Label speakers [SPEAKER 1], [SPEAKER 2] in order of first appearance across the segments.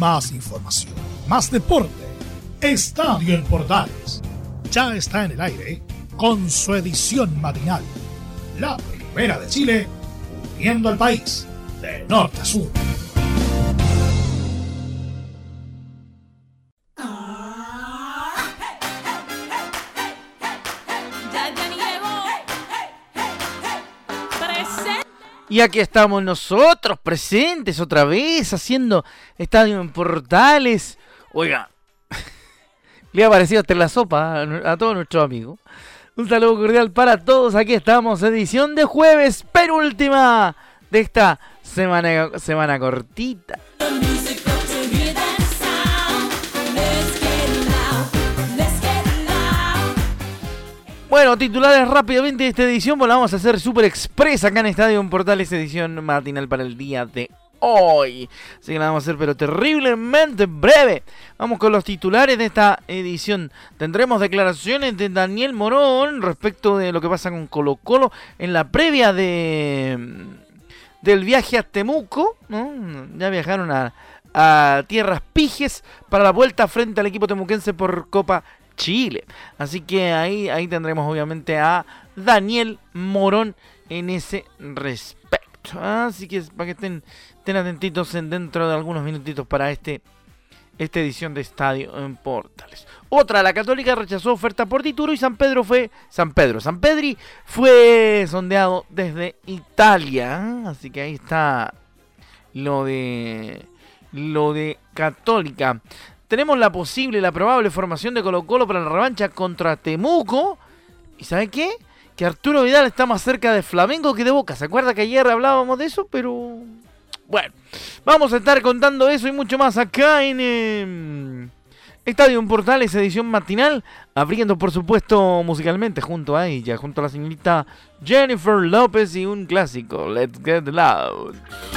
[SPEAKER 1] Más información, más deporte. Estadio en Portales ya está en el aire con su edición matinal. La primera de Chile, uniendo al país de norte a sur.
[SPEAKER 2] Y aquí estamos nosotros presentes otra vez haciendo Estadio en Portales. Oiga, le ha parecido hasta la sopa a todos nuestros amigos. Un saludo cordial para todos. Aquí estamos, edición de jueves, penúltima de esta semana cortita. Bueno, titulares rápidamente de esta edición, pues la vamos a hacer súper expresa acá en Estadio en Portales, edición matinal para el día de hoy. Así que la vamos a hacer pero terriblemente breve. Vamos con los titulares de esta edición. Tendremos declaraciones de Daniel Morón respecto de lo que pasa con Colo-Colo en la previa del viaje a Temuco, ¿no? Ya viajaron a Tierras Pijes para la vuelta frente al equipo temuquense por Copa Chile. Así que ahí tendremos obviamente a Daniel Morón en ese respecto. Así que para que estén atentitos dentro de algunos minutitos para esta edición de Estadio en Portales. Otra, la Católica rechazó oferta por Dituro y San Pedri fue sondeado desde Italia. Así que ahí está lo de Católica. Tenemos la probable formación de Colo-Colo para la revancha contra Temuco. ¿Y sabe qué? Que Arturo Vidal está más cerca de Flamengo que de Boca. ¿Se acuerda que ayer hablábamos de eso? Pero bueno, vamos a estar contando eso y mucho más acá en Estadio en Portales, edición matinal. Abriendo, por supuesto, musicalmente junto a ella, junto a la señorita Jennifer López y un clásico, Let's Get Loud.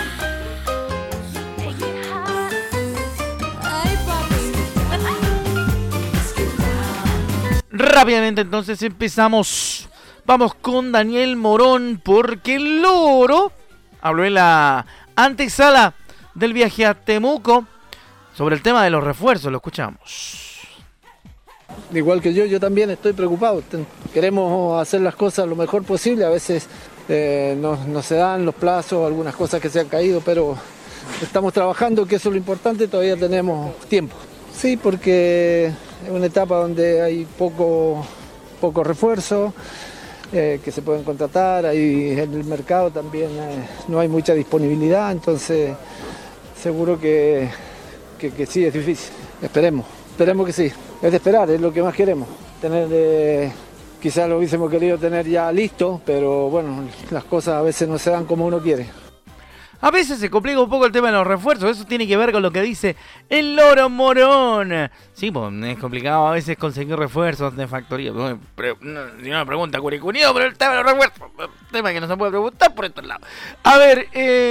[SPEAKER 2] Rápidamente entonces empezamos. Vamos con Daniel Morón porque el Loro habló en la antesala del viaje a Temuco sobre el tema de los refuerzos. Lo escuchamos.
[SPEAKER 3] Igual que yo también estoy preocupado. Queremos hacer las cosas lo mejor posible. A veces no se dan los plazos, algunas cosas que se han caído, pero estamos trabajando, que eso es lo importante. Todavía tenemos tiempo. Sí, porque es una etapa donde hay poco refuerzo que se pueden contratar, ahí en el mercado también no hay mucha disponibilidad, entonces seguro que sí es difícil. Esperemos que sí, es de esperar, es lo que más queremos, tener quizás lo hubiésemos querido tener ya listo, pero bueno, las cosas a veces no se dan como uno quiere.
[SPEAKER 2] A veces se complica un poco el tema de los refuerzos. Eso tiene que ver con lo que dice el Loro Morón. Sí, pues es complicado a veces conseguir refuerzos de factoría. Si no me pregunta Curicunido, pero el tema de los refuerzos, tema que no se puede preguntar por estos lados. A ver,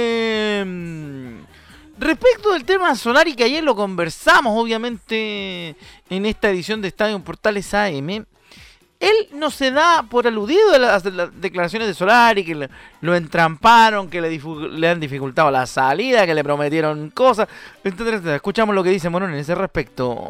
[SPEAKER 2] respecto del tema Solari, que ayer lo conversamos obviamente en esta edición de Estadio Portales AM. Él no se da por aludido de las declaraciones de Solari, que lo entramparon, que le han dificultado la salida, que le prometieron cosas. Entonces, escuchamos lo que dice Morón en ese respecto.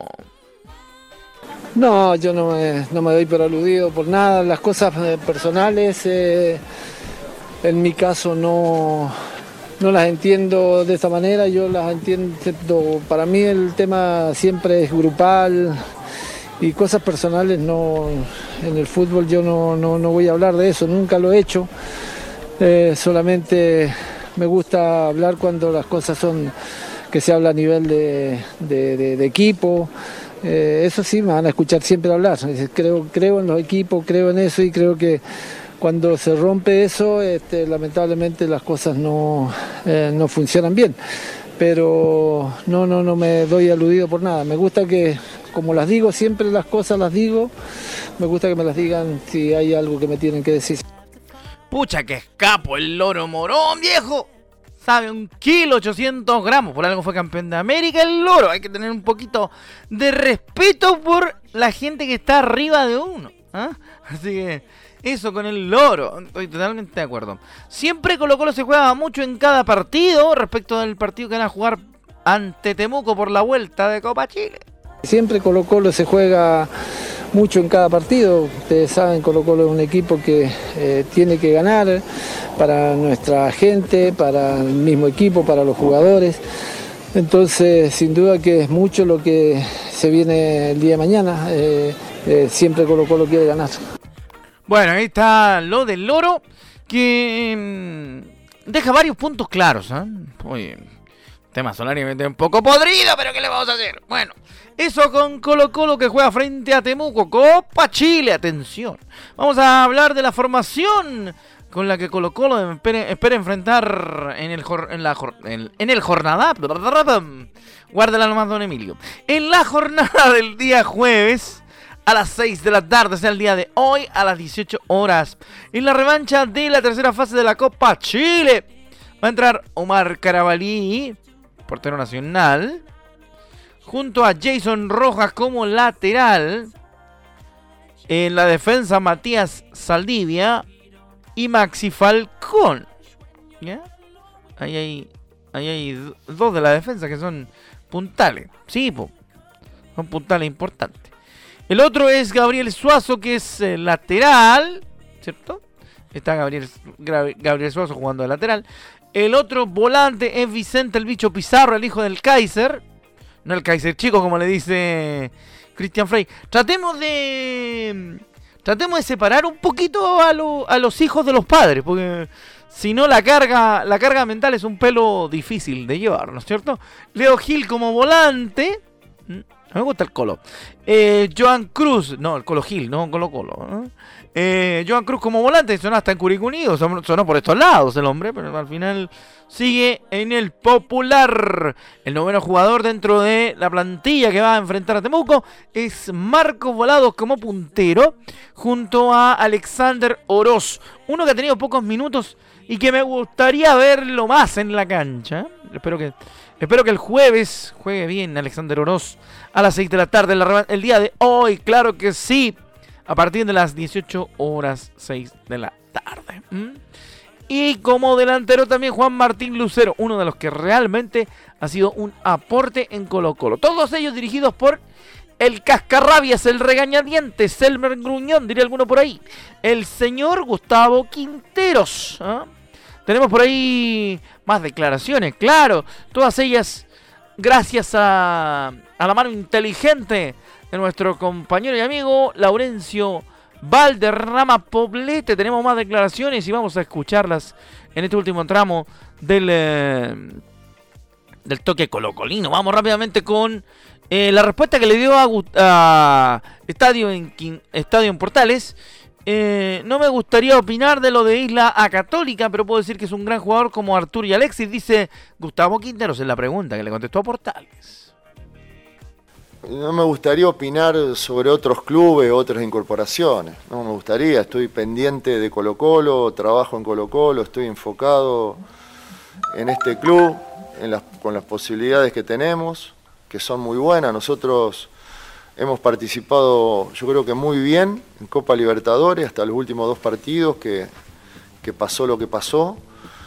[SPEAKER 3] No, yo no me doy por aludido por nada. Las cosas personales, en mi caso no las entiendo de esa manera. Yo las entiendo, para mí el tema siempre es grupal. Y cosas personales no, en el fútbol yo no voy a hablar de eso, nunca lo he hecho. Solamente me gusta hablar cuando las cosas son que se habla a nivel de equipo. Eso sí, me van a escuchar siempre hablar. Creo en los equipos, creo en eso y creo que cuando se rompe eso, lamentablemente las cosas no funcionan bien. Pero no me doy aludido por nada. Me gusta que, como las digo, siempre las cosas las digo. Me gusta que me las digan si hay algo que me tienen que decir.
[SPEAKER 2] Pucha, que escapo el Loro Morón, viejo. Sabe, 1,8 kg. Por algo fue campeón de América el Loro. Hay que tener un poquito de respeto por la gente que está arriba de uno. Así que eso con el Loro. Estoy totalmente de acuerdo. Siempre Colo-Colo se juega mucho en cada partido. Respecto del partido que van a jugar ante Temuco por la vuelta de Copa Chile.
[SPEAKER 3] Siempre Colo-Colo se juega mucho en cada partido. Ustedes saben, Colo-Colo es un equipo que tiene que ganar para nuestra gente, para el mismo equipo, para los jugadores. Entonces, sin duda que es mucho lo que se viene el día de mañana. Siempre Colo-Colo quiere ganar.
[SPEAKER 2] Bueno, ahí está lo del Loro, que deja varios puntos claros, ¿eh? Oye, tema Solari un poco podrido, pero ¿qué le vamos a hacer? Bueno, eso con Colo-Colo, que juega frente a Temuco, Copa Chile, atención. Vamos a hablar de la formación con la que Colo-Colo espera enfrentar en el jornada. Guárdala nomás, don Emilio. En la jornada del día jueves, a las 6 de la tarde, o sea, el día de hoy, a las 18 horas. En la revancha de la tercera fase de la Copa Chile, va a entrar Omar Carabalí, portero nacional, junto a Jason Rojas como lateral. En la defensa, Matías Saldivia y Maxi Falcón. ¿Ya? Ahí hay dos de la defensa que son puntales. Sí, son puntales importantes. El otro es Gabriel Suazo, que es lateral, ¿cierto? Está Gabriel Suazo jugando de lateral. El otro volante es Vicente el Bicho Pizarro, el hijo del Kaiser. No el Kaiser chico, como le dice Cristian Frey. Tratemos de separar un poquito a los hijos de los padres, porque si no la carga mental es un pelo difícil de llevar, ¿no es cierto? Leo Gil como volante. Me gusta el Colo. Joan Cruz, no, el Colo Gil, no Colo. Joan Cruz como volante, sonó hasta en Curicunido, sonó por estos lados el hombre, pero al final sigue en el Popular. El noveno jugador dentro de la plantilla que va a enfrentar a Temuco es Marcos Volados como puntero, junto a Alexander Oroz, uno que ha tenido pocos minutos y que me gustaría verlo más en la cancha. Espero que el jueves juegue bien Alexander Oroz a las 6 de la tarde, el día de hoy, claro que sí, a partir de las 18 horas 6 de la tarde. Y como delantero también Juan Martín Lucero, uno de los que realmente ha sido un aporte en Colo-Colo. Todos ellos dirigidos por el cascarrabias, el regañadientes, el mergruñón, diría alguno por ahí, el señor Gustavo Quinteros. Tenemos por ahí más declaraciones, claro, todas ellas gracias a la mano inteligente de nuestro compañero y amigo Laurencio Valderrama Poblete. Tenemos más declaraciones y vamos a escucharlas en este último tramo del toque colocolino. Vamos rápidamente con la respuesta que le dio a Estadio en Portales. No me gustaría opinar de lo de Isla a Católica, pero puedo decir que es un gran jugador como Arturo y Alexis, dice Gustavo Quinteros en la pregunta que le contestó a Portales.
[SPEAKER 4] No me gustaría opinar sobre otros clubes, otras incorporaciones. No me gustaría, estoy pendiente de Colo-Colo, trabajo en Colo-Colo, estoy enfocado en este club, con las posibilidades que tenemos, que son muy buenas. Nosotros hemos participado, yo creo que muy bien, en Copa Libertadores, hasta los últimos 2 partidos que pasó lo que pasó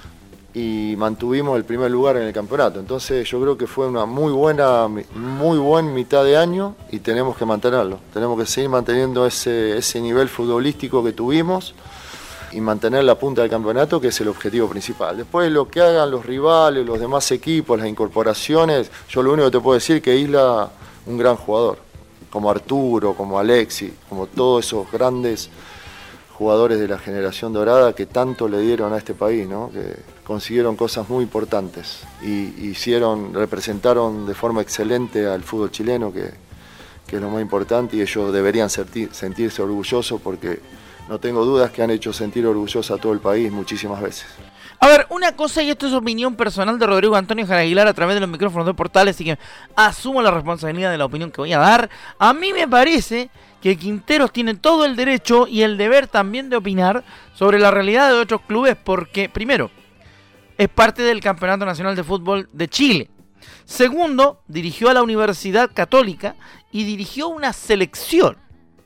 [SPEAKER 4] y mantuvimos el primer lugar en el campeonato. Entonces yo creo que fue una muy buen mitad de año y tenemos que mantenerlo. Tenemos que seguir manteniendo ese nivel futbolístico que tuvimos y mantener la punta del campeonato, que es el objetivo principal. Después lo que hagan los rivales, los demás equipos, las incorporaciones, yo lo único que te puedo decir es que Isla, un gran jugador, como Arturo, como Alexis, como todos esos grandes jugadores de la generación dorada que tanto le dieron a este país, ¿no? Que consiguieron cosas muy importantes y representaron de forma excelente al fútbol chileno, que es lo más importante, y ellos deberían sentirse orgullosos, porque no tengo dudas que han hecho sentir orgulloso a todo el país muchísimas veces.
[SPEAKER 2] A ver, una cosa, y esto es opinión personal de Rodrigo Antonio Jaraguilar a través de los micrófonos de Portales, así que asumo la responsabilidad de la opinión que voy a dar. A mí me parece que Quinteros tiene todo el derecho y el deber también de opinar sobre la realidad de otros clubes, porque, primero, es parte del Campeonato Nacional de Fútbol de Chile. Segundo, dirigió a la Universidad Católica y dirigió una selección.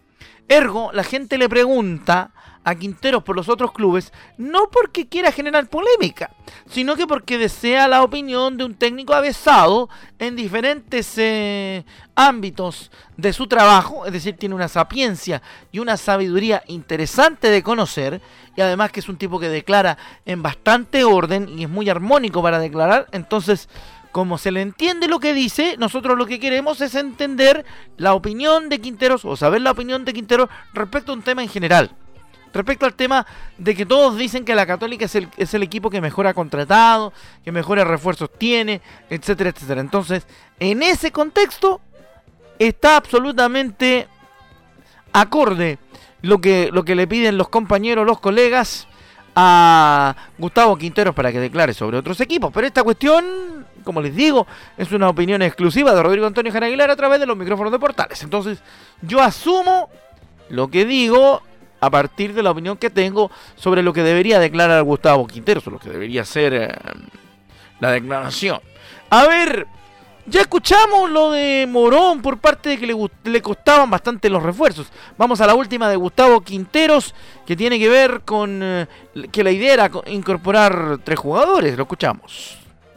[SPEAKER 2] Ergo, la gente le pregunta a Quinteros por los otros clubes, no porque quiera generar polémica, sino que porque desea la opinión de un técnico avesado en diferentes ámbitos de su trabajo, es decir, tiene una sapiencia y una sabiduría interesante de conocer, y además que es un tipo que declara en bastante orden y es muy armónico para declarar. Entonces, como se le entiende lo que dice, nosotros lo que queremos es entender la opinión de Quinteros, o saber la opinión de Quinteros respecto a un tema en general. Respecto al tema de que todos dicen que la Católica es el equipo que mejor ha contratado, que mejores refuerzos tiene, etcétera, etcétera. Entonces, en ese contexto, está absolutamente acorde lo que le piden los compañeros, los colegas, a Gustavo Quinteros para que declare sobre otros equipos. Pero esta cuestión, como les digo, es una opinión exclusiva de Rodrigo Antonio Jara Aguilar a través de los micrófonos de Portales. Entonces, yo asumo lo que digo a partir de la opinión que tengo sobre lo que debería declarar Gustavo Quinteros, o lo que debería ser la declaración. A ver, ya escuchamos lo de Morón por parte de que le costaban bastante los refuerzos. Vamos a la última de Gustavo Quinteros, que tiene que ver con que la idea era incorporar 3 jugadores. Lo escuchamos.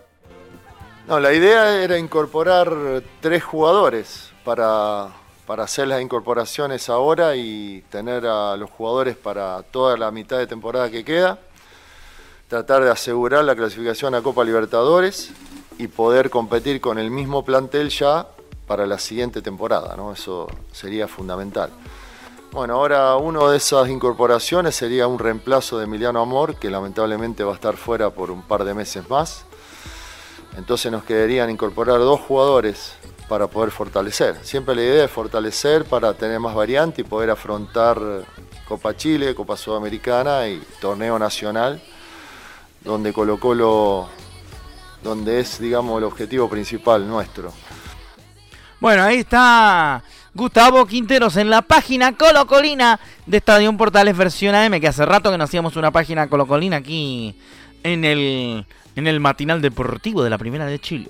[SPEAKER 4] No, la idea era incorporar 3 jugadores para hacer las incorporaciones ahora y tener a los jugadores para toda la mitad de temporada que queda, tratar de asegurar la clasificación a Copa Libertadores y poder competir con el mismo plantel ya para la siguiente temporada, ¿no? Eso sería fundamental. Bueno, ahora una de esas incorporaciones sería un reemplazo de Emiliano Amor, que lamentablemente va a estar fuera por un par de meses más. Entonces nos quedarían incorporar 2 jugadores para poder fortalecer. Siempre la idea es fortalecer para tener más variante y poder afrontar Copa Chile, Copa Sudamericana y torneo nacional, donde Colo-Colo, donde es, digamos, el objetivo principal nuestro.
[SPEAKER 2] Bueno, ahí está Gustavo Quinteros en la página colocolina de Estadio Portales versión AM, que hace rato que no hacíamos una página colocolina aquí en el matinal deportivo de la Primera de Chile.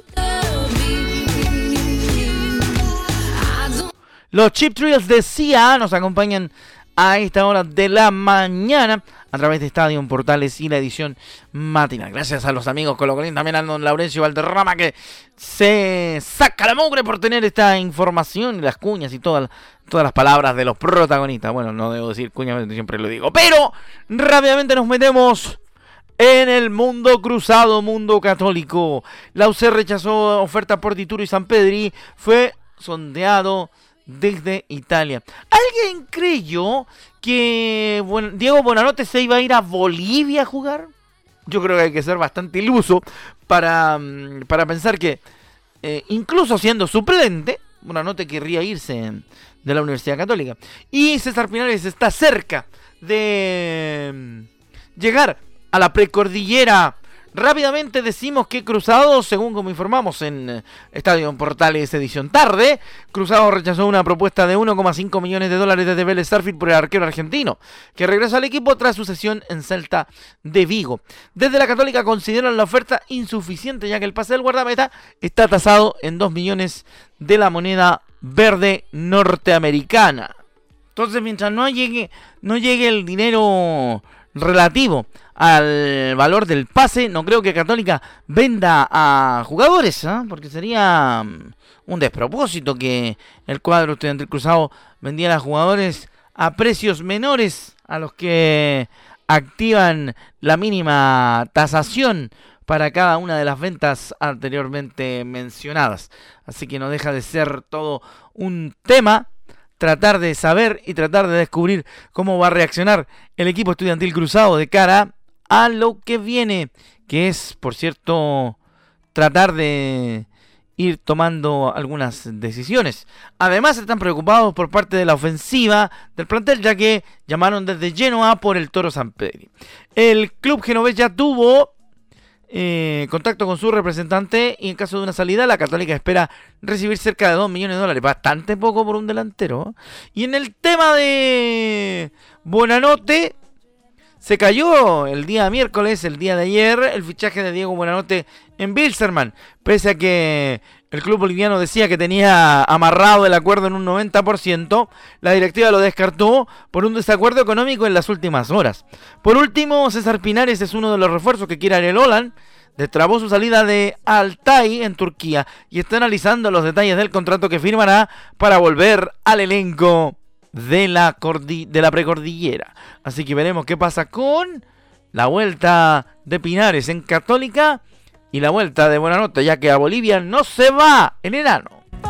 [SPEAKER 2] Los Chip Thrills de CIA nos acompañan a esta hora de la mañana a través de Estadio Portales y la edición matinal. Gracias a los amigos colocolinos, también a don Laurencio Valderrama, que se saca la mugre por tener esta información y las cuñas y todas las palabras de los protagonistas. Bueno, no debo decir cuñas, siempre lo digo, pero rápidamente nos metemos en el mundo cruzado, mundo católico. La UC rechazó oferta por Dituro y San Pedri, fue sondeado desde Italia. ¿Alguien creyó que Diego Bonanote se iba a ir a Bolivia a jugar? Yo creo que hay que ser bastante iluso para pensar que incluso siendo suplente, Bonanote querría irse de la Universidad Católica. Y César Pinares está cerca de llegar a la precordillera. Rápidamente decimos que Cruzados, según como informamos en Estadio Portales edición tarde, Cruzados rechazó una propuesta de $1,5 millones desde Vélez Sarsfield por el arquero argentino, que regresa al equipo tras su cesión en Celta de Vigo. Desde la Católica consideran la oferta insuficiente, ya que el pase del guardameta está tasado en 2 millones de la moneda verde norteamericana. Entonces, mientras no llegue el dinero relativo al valor del pase, no creo que Católica venda a jugadores, ¿eh? Porque sería un despropósito que el cuadro estudiantil cruzado vendiera a jugadores a precios menores a los que activan la mínima tasación para cada una de las ventas anteriormente mencionadas. Así que no deja de ser todo un tema tratar de saber y tratar de descubrir cómo va a reaccionar el equipo estudiantil cruzado de cara a lo que viene, que es, por cierto, tratar de ir tomando algunas decisiones. Además, están preocupados por parte de la ofensiva del plantel, ya que llamaron desde Genoa por el Toro Sampedri. El club genovés ya tuvo contacto con su representante y en caso de una salida, la Católica espera recibir cerca de $2 millones, bastante poco por un delantero. Y en el tema de Bonanote, se cayó el día miércoles, el día de ayer, el fichaje de Diego Bonanote en Wilstermann, pese a que El club boliviano decía que tenía amarrado el acuerdo en un 90%. La directiva lo descartó por un desacuerdo económico en las últimas horas. Por último, César Pinares es uno de los refuerzos que quiere Ariel Olan. Destrabó su salida de Altay en Turquía y está analizando los detalles del contrato que firmará para volver al elenco de la precordillera. Así que veremos qué pasa con la vuelta de Pinares en Católica y la vuelta de Buenanote, ya que a Bolivia no se va en enano.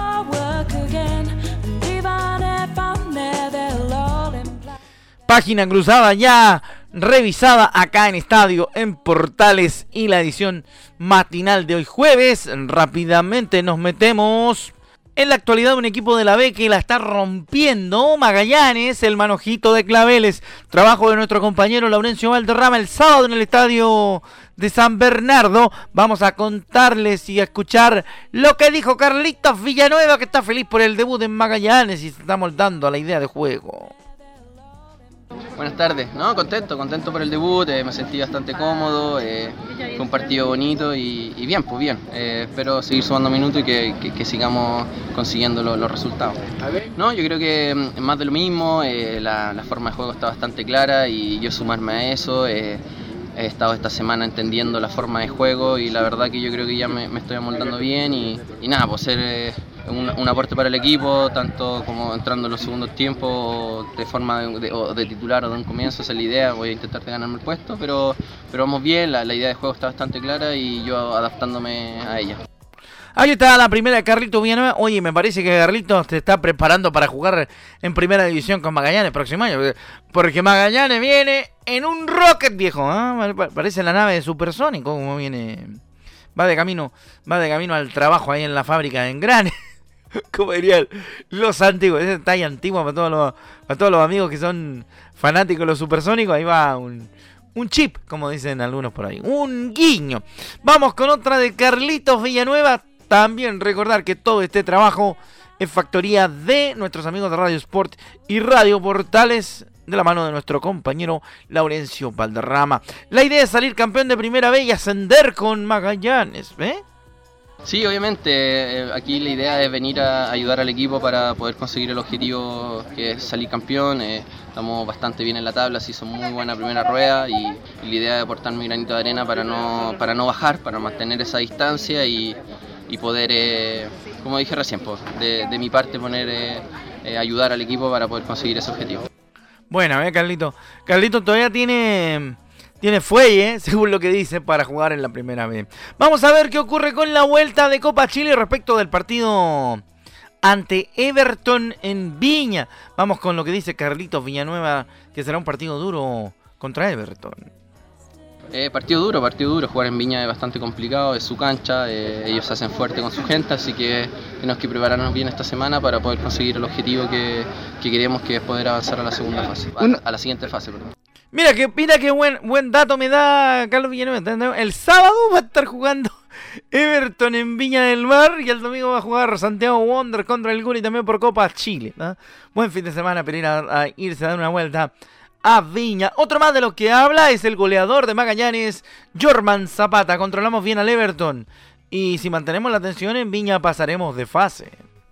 [SPEAKER 2] Página cruzada ya revisada acá en Estadio en Portales y la edición matinal de hoy jueves. Rápidamente nos metemos en la actualidad de un equipo de la B que la está rompiendo. Magallanes, el manojito de claveles. Trabajo de nuestro compañero Laurencio Valderrama el sábado en el estadio de San Bernardo. Vamos a contarles y a escuchar lo que dijo Carlitos Villanueva, que está feliz por el debut en Magallanes y se está moldando a la idea de juego.
[SPEAKER 5] Buenas tardes, contento por el debut, me sentí bastante cómodo, fue un partido bonito y bien, pues bien, espero seguir sumando minutos y que sigamos consiguiendo los resultados. Yo creo que más de lo mismo, la forma de juego está bastante clara y yo sumarme a eso, he estado esta semana entendiendo la forma de juego y la verdad que yo creo que ya me estoy amoldando bien y nada, pues ser un aporte para el equipo, tanto como entrando en los segundos tiempos de forma de titular o de un comienzo, esa es la idea. Voy a intentar de ganarme el puesto, pero vamos bien, la idea de juego está bastante clara y yo adaptándome a ella.
[SPEAKER 2] Ahí está la primera de Carlitos Villanueva. Oye, me parece que Carlitos te está preparando para jugar en primera división con Magallanes el próximo año, porque Magallanes viene en un rocket, viejo, ¿eh? Parece la nave de Supersónico, como viene. Va de camino al trabajo ahí en la fábrica de engranes. Como dirían los antiguos, esa talla antigua para todos los amigos que son fanáticos de los supersónicos. Ahí va un chip, como dicen algunos por ahí, un guiño. Vamos con otra de Carlitos Villanueva. También recordar que todo este trabajo es factoría de nuestros amigos de Radio Sport y Radio Portales, de la mano de nuestro compañero Laurencio Valderrama. La idea es salir campeón de Primera B y ascender con Magallanes, ¿eh?
[SPEAKER 5] Sí, obviamente, aquí la idea es venir a ayudar al equipo para poder conseguir el objetivo que es salir campeón. Estamos bastante bien en la tabla, se hizo muy buena primera rueda y la idea es aportar mi granito de arena para no bajar, para mantener esa distancia y poder, como dije recién, de mi parte ayudar al equipo para poder conseguir ese objetivo.
[SPEAKER 2] Bueno, Carlito todavía tiene fuelle, según lo que dice, para jugar en la primera vez. Vamos a ver qué ocurre con la vuelta de Copa Chile respecto del partido ante Everton en Viña. Vamos con lo que dice Carlitos Villanueva, que será un partido duro contra Everton.
[SPEAKER 5] Partido duro, jugar en Viña es bastante complicado, es su cancha, ellos se hacen fuerte con su gente, así que tenemos que prepararnos bien esta semana para poder conseguir el objetivo que queremos, que es poder avanzar a la segunda fase, a la siguiente fase, perdón.
[SPEAKER 2] Mira qué buen dato me da Carlos Villanueva. El sábado va a estar jugando Everton en Viña del Mar y el domingo va a jugar Santiago Wander contra el Guri también por Copa Chile, ¿no? Buen fin de semana para ir a irse a dar una vuelta a Viña. Otro más de lo que habla es el goleador de Magallanes, Jorman Zapata. Controlamos bien al Everton y si mantenemos la atención en Viña pasaremos de fase.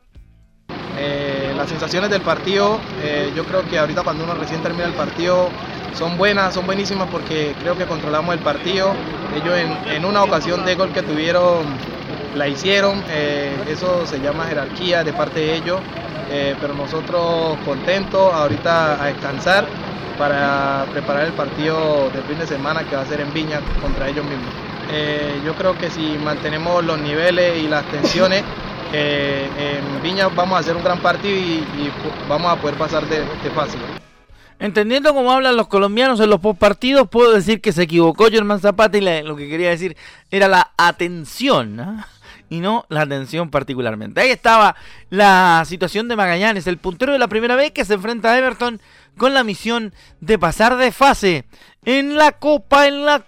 [SPEAKER 6] Las sensaciones del partido, yo creo que ahorita cuando uno recién termina el partido son buenísimas porque creo que controlamos el partido. Ellos en una ocasión de gol que tuvieron la hicieron, eso se llama jerarquía de parte de ellos, pero nosotros contentos ahorita a descansar para preparar el partido del fin de semana que va a ser en Viña contra ellos mismos. Yo creo que si mantenemos los niveles y las tensiones, en Viña vamos a hacer un gran partido y vamos a poder pasar de fase.
[SPEAKER 2] Entendiendo cómo hablan los colombianos en los postpartidos, puedo decir que se equivocó Jorman Zapata y lo que quería decir era la atención, ¿no? Y no la atención particularmente. Ahí estaba la situación de Magallanes, el puntero de la primera vez que se enfrenta a Everton con la misión de pasar de fase en la Copa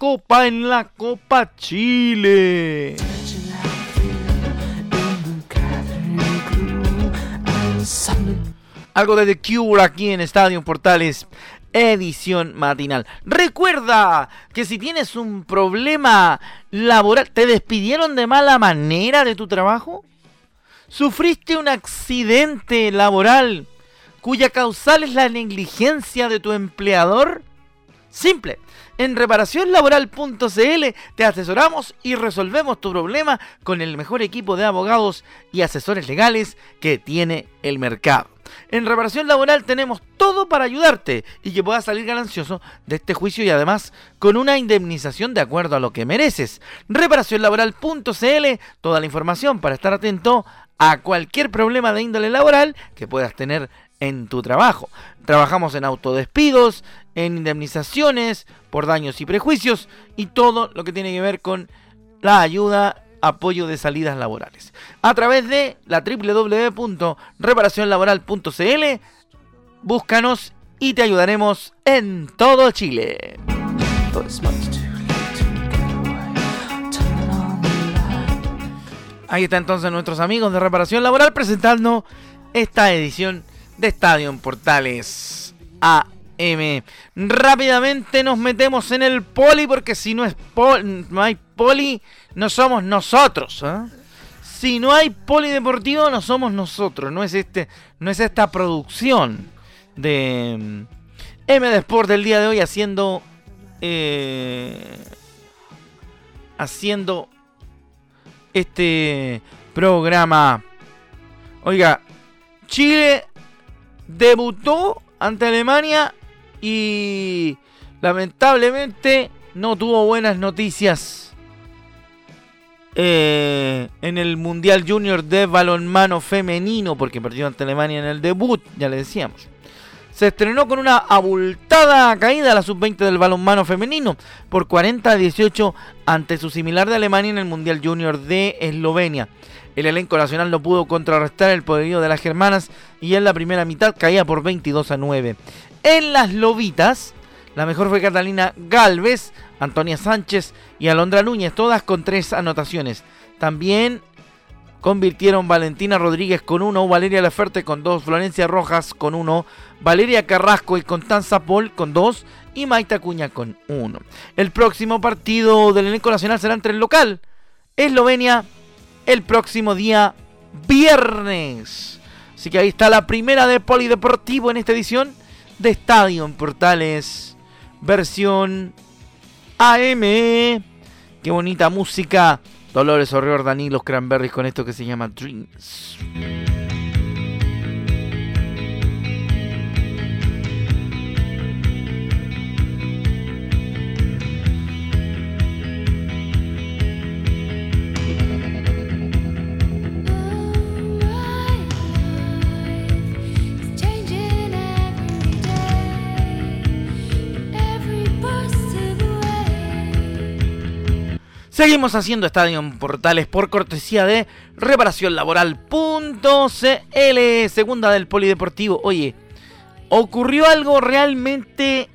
[SPEAKER 2] Chile. Algo de The Cure aquí en Estadio Portales, edición matinal. Recuerda que si tienes un problema laboral, ¿te despidieron de mala manera de tu trabajo? ¿Sufriste un accidente laboral cuya causal es la negligencia de tu empleador? Simple. En reparacionlaboral.cl te asesoramos y resolvemos tu problema con el mejor equipo de abogados y asesores legales que tiene el mercado. En Reparación Laboral tenemos todo para ayudarte y que puedas salir ganancioso de este juicio y además con una indemnización de acuerdo a lo que mereces. Reparacionlaboral.cl, toda la información para estar atento a cualquier problema de índole laboral que puedas tener en tu trabajo. Trabajamos en autodespidos, en indemnizaciones por daños y prejuicios y todo lo que tiene que ver con la ayuda, apoyo de salidas laborales. A través de la www.reparacionlaboral.cl, búscanos y te ayudaremos en todo Chile. Ahí está entonces nuestros amigos de Reparación Laboral presentando esta edición de Estadio en Portales AM. Rápidamente nos metemos en el poli, porque si no hay poli, no somos nosotros, ¿eh? Si no hay polideportivo, no somos nosotros. No es esta producción de MD Sport del día de hoy haciendo este programa. Oiga, Chile debutó ante Alemania y lamentablemente no tuvo buenas noticias en el Mundial Junior de balonmano femenino, porque perdió ante Alemania en el debut, ya le decíamos. Se estrenó con una abultada caída a la sub-20 del balonmano femenino por 40-18 ante su similar de Alemania en el Mundial Junior de Eslovenia. El elenco nacional no pudo contrarrestar el poderío de las germanas y en la primera mitad caía por 22-9. En las lobitas, la mejor fue Catalina Galvez, Antonia Sánchez y Alondra Núñez, todas con 3 anotaciones. También convirtieron Valentina Rodríguez con 1, Valeria Laferte con 2, Florencia Rojas con 1, Valeria Carrasco y Constanza Paul con 2 y Maite Acuña con 1. El próximo partido del elenco nacional será entre el local Eslovenia el próximo día viernes. Así que ahí está la primera de Polideportivo en esta edición de Estadio en Portales versión AM. Qué bonita música. Dolores O'Riordan y los Cranberries con esto que se llama Dreams. Seguimos haciendo Estadio en Portales por cortesía de reparacionlaboral.cl, segunda del polideportivo. Oye, ocurrió algo realmente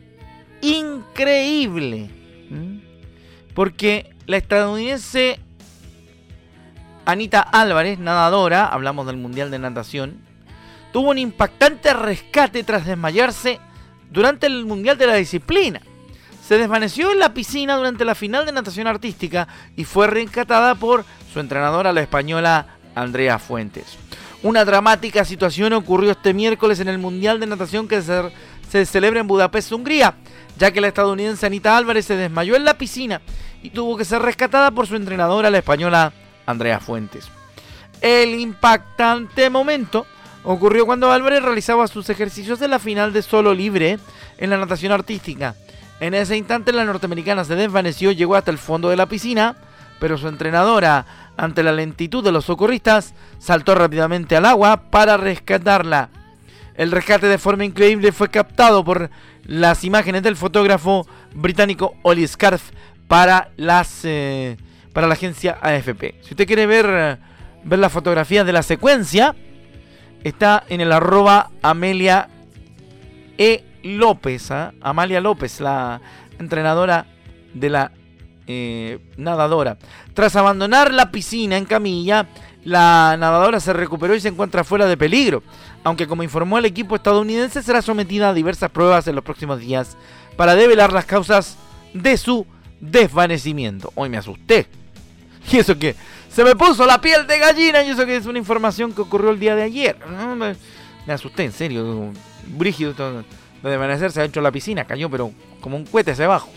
[SPEAKER 2] increíble, porque la estadounidense Anita Álvarez, nadadora, hablamos del Mundial de Natación, tuvo un impactante rescate tras desmayarse durante el Mundial de la disciplina. Se desvaneció en la piscina durante la final de natación artística y fue rescatada por su entrenadora, la española Andrea Fuentes. Una dramática situación ocurrió este miércoles en el Mundial de Natación que se celebra en Budapest, Hungría, ya que la estadounidense Anita Álvarez se desmayó en la piscina y tuvo que ser rescatada por su entrenadora, la española Andrea Fuentes. El impactante momento ocurrió cuando Álvarez realizaba sus ejercicios de la final de solo libre en la natación artística. En ese instante la norteamericana se desvaneció y llegó hasta el fondo de la piscina, pero su entrenadora, ante la lentitud de los socorristas, saltó rápidamente al agua para rescatarla. El rescate de forma increíble fue captado por las imágenes del fotógrafo británico Oli Scarf para la agencia AFP. Si usted quiere ver las fotografías de la secuencia, está en el @Amelia López, Amalia López, la entrenadora de la nadadora. Tras abandonar la piscina en camilla, la nadadora se recuperó y se encuentra fuera de peligro, aunque como informó el equipo estadounidense será sometida a diversas pruebas en los próximos días para develar las causas de su desvanecimiento. Hoy me asusté. Y eso que Se me puso la piel de gallina y eso que es una información que ocurrió el día de ayer. ¿No? Me asusté, en serio. Brígido todo. De amanecer se ha hecho la piscina, cayó, pero como un cohete hacia abajo.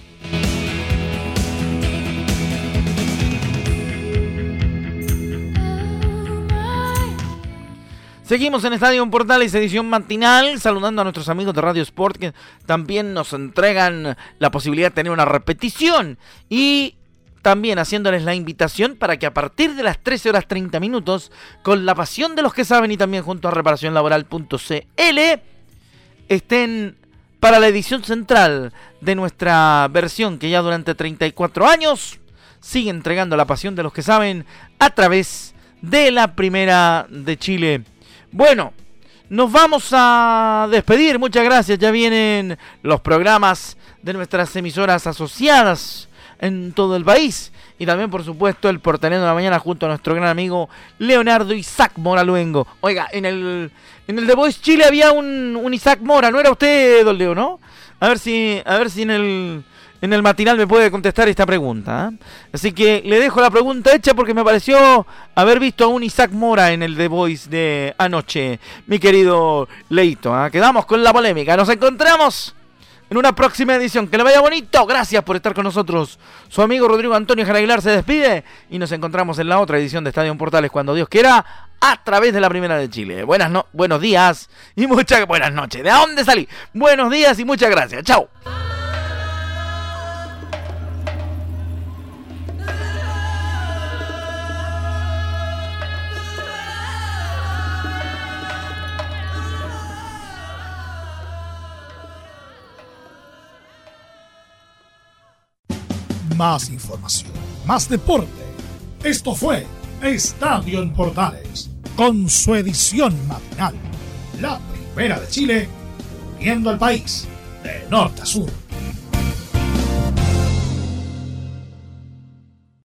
[SPEAKER 2] Seguimos en Estadio Portales, edición matinal, saludando a nuestros amigos de Radio Sport que también nos entregan la posibilidad de tener una repetición y también haciéndoles la invitación para que a partir de las 13 horas 30 minutos, con la pasión de los que saben y también junto a reparacionlaboral.cl, estén para la edición central de nuestra versión que ya durante 34 años sigue entregando la pasión de los que saben a través de la Primera de Chile. Bueno, nos vamos a despedir, muchas gracias, ya vienen los programas de nuestras emisoras asociadas en todo el país y también por supuesto el Portaleando de la Mañana junto a nuestro gran amigo Leonardo Isaac Mora Luengo. Oiga, en el The Voice Chile había un Isaac Mora, ¿no era usted, don Leo, no? A ver si en el matinal me puede contestar esta pregunta, ¿eh? Así que le dejo la pregunta hecha porque me pareció haber visto a un Isaac Mora en el The Voice de anoche, mi querido Leito, ¿eh? Quedamos con la polémica. Nos encontramos en una próxima edición. Que le vaya bonito. Gracias por estar con nosotros. Su amigo Rodrigo Antonio Jara Aguilar se despide y nos encontramos en la otra edición de Estadio Portales cuando Dios quiera a través de la Primera de Chile. Buenos días y muchas buenas noches. ¿De dónde salí? Buenos días y muchas gracias. Chao.
[SPEAKER 1] Más información, más deporte. Esto fue Estadio en Portales, con su edición matinal. La Primera de Chile, uniendo al país de norte a sur.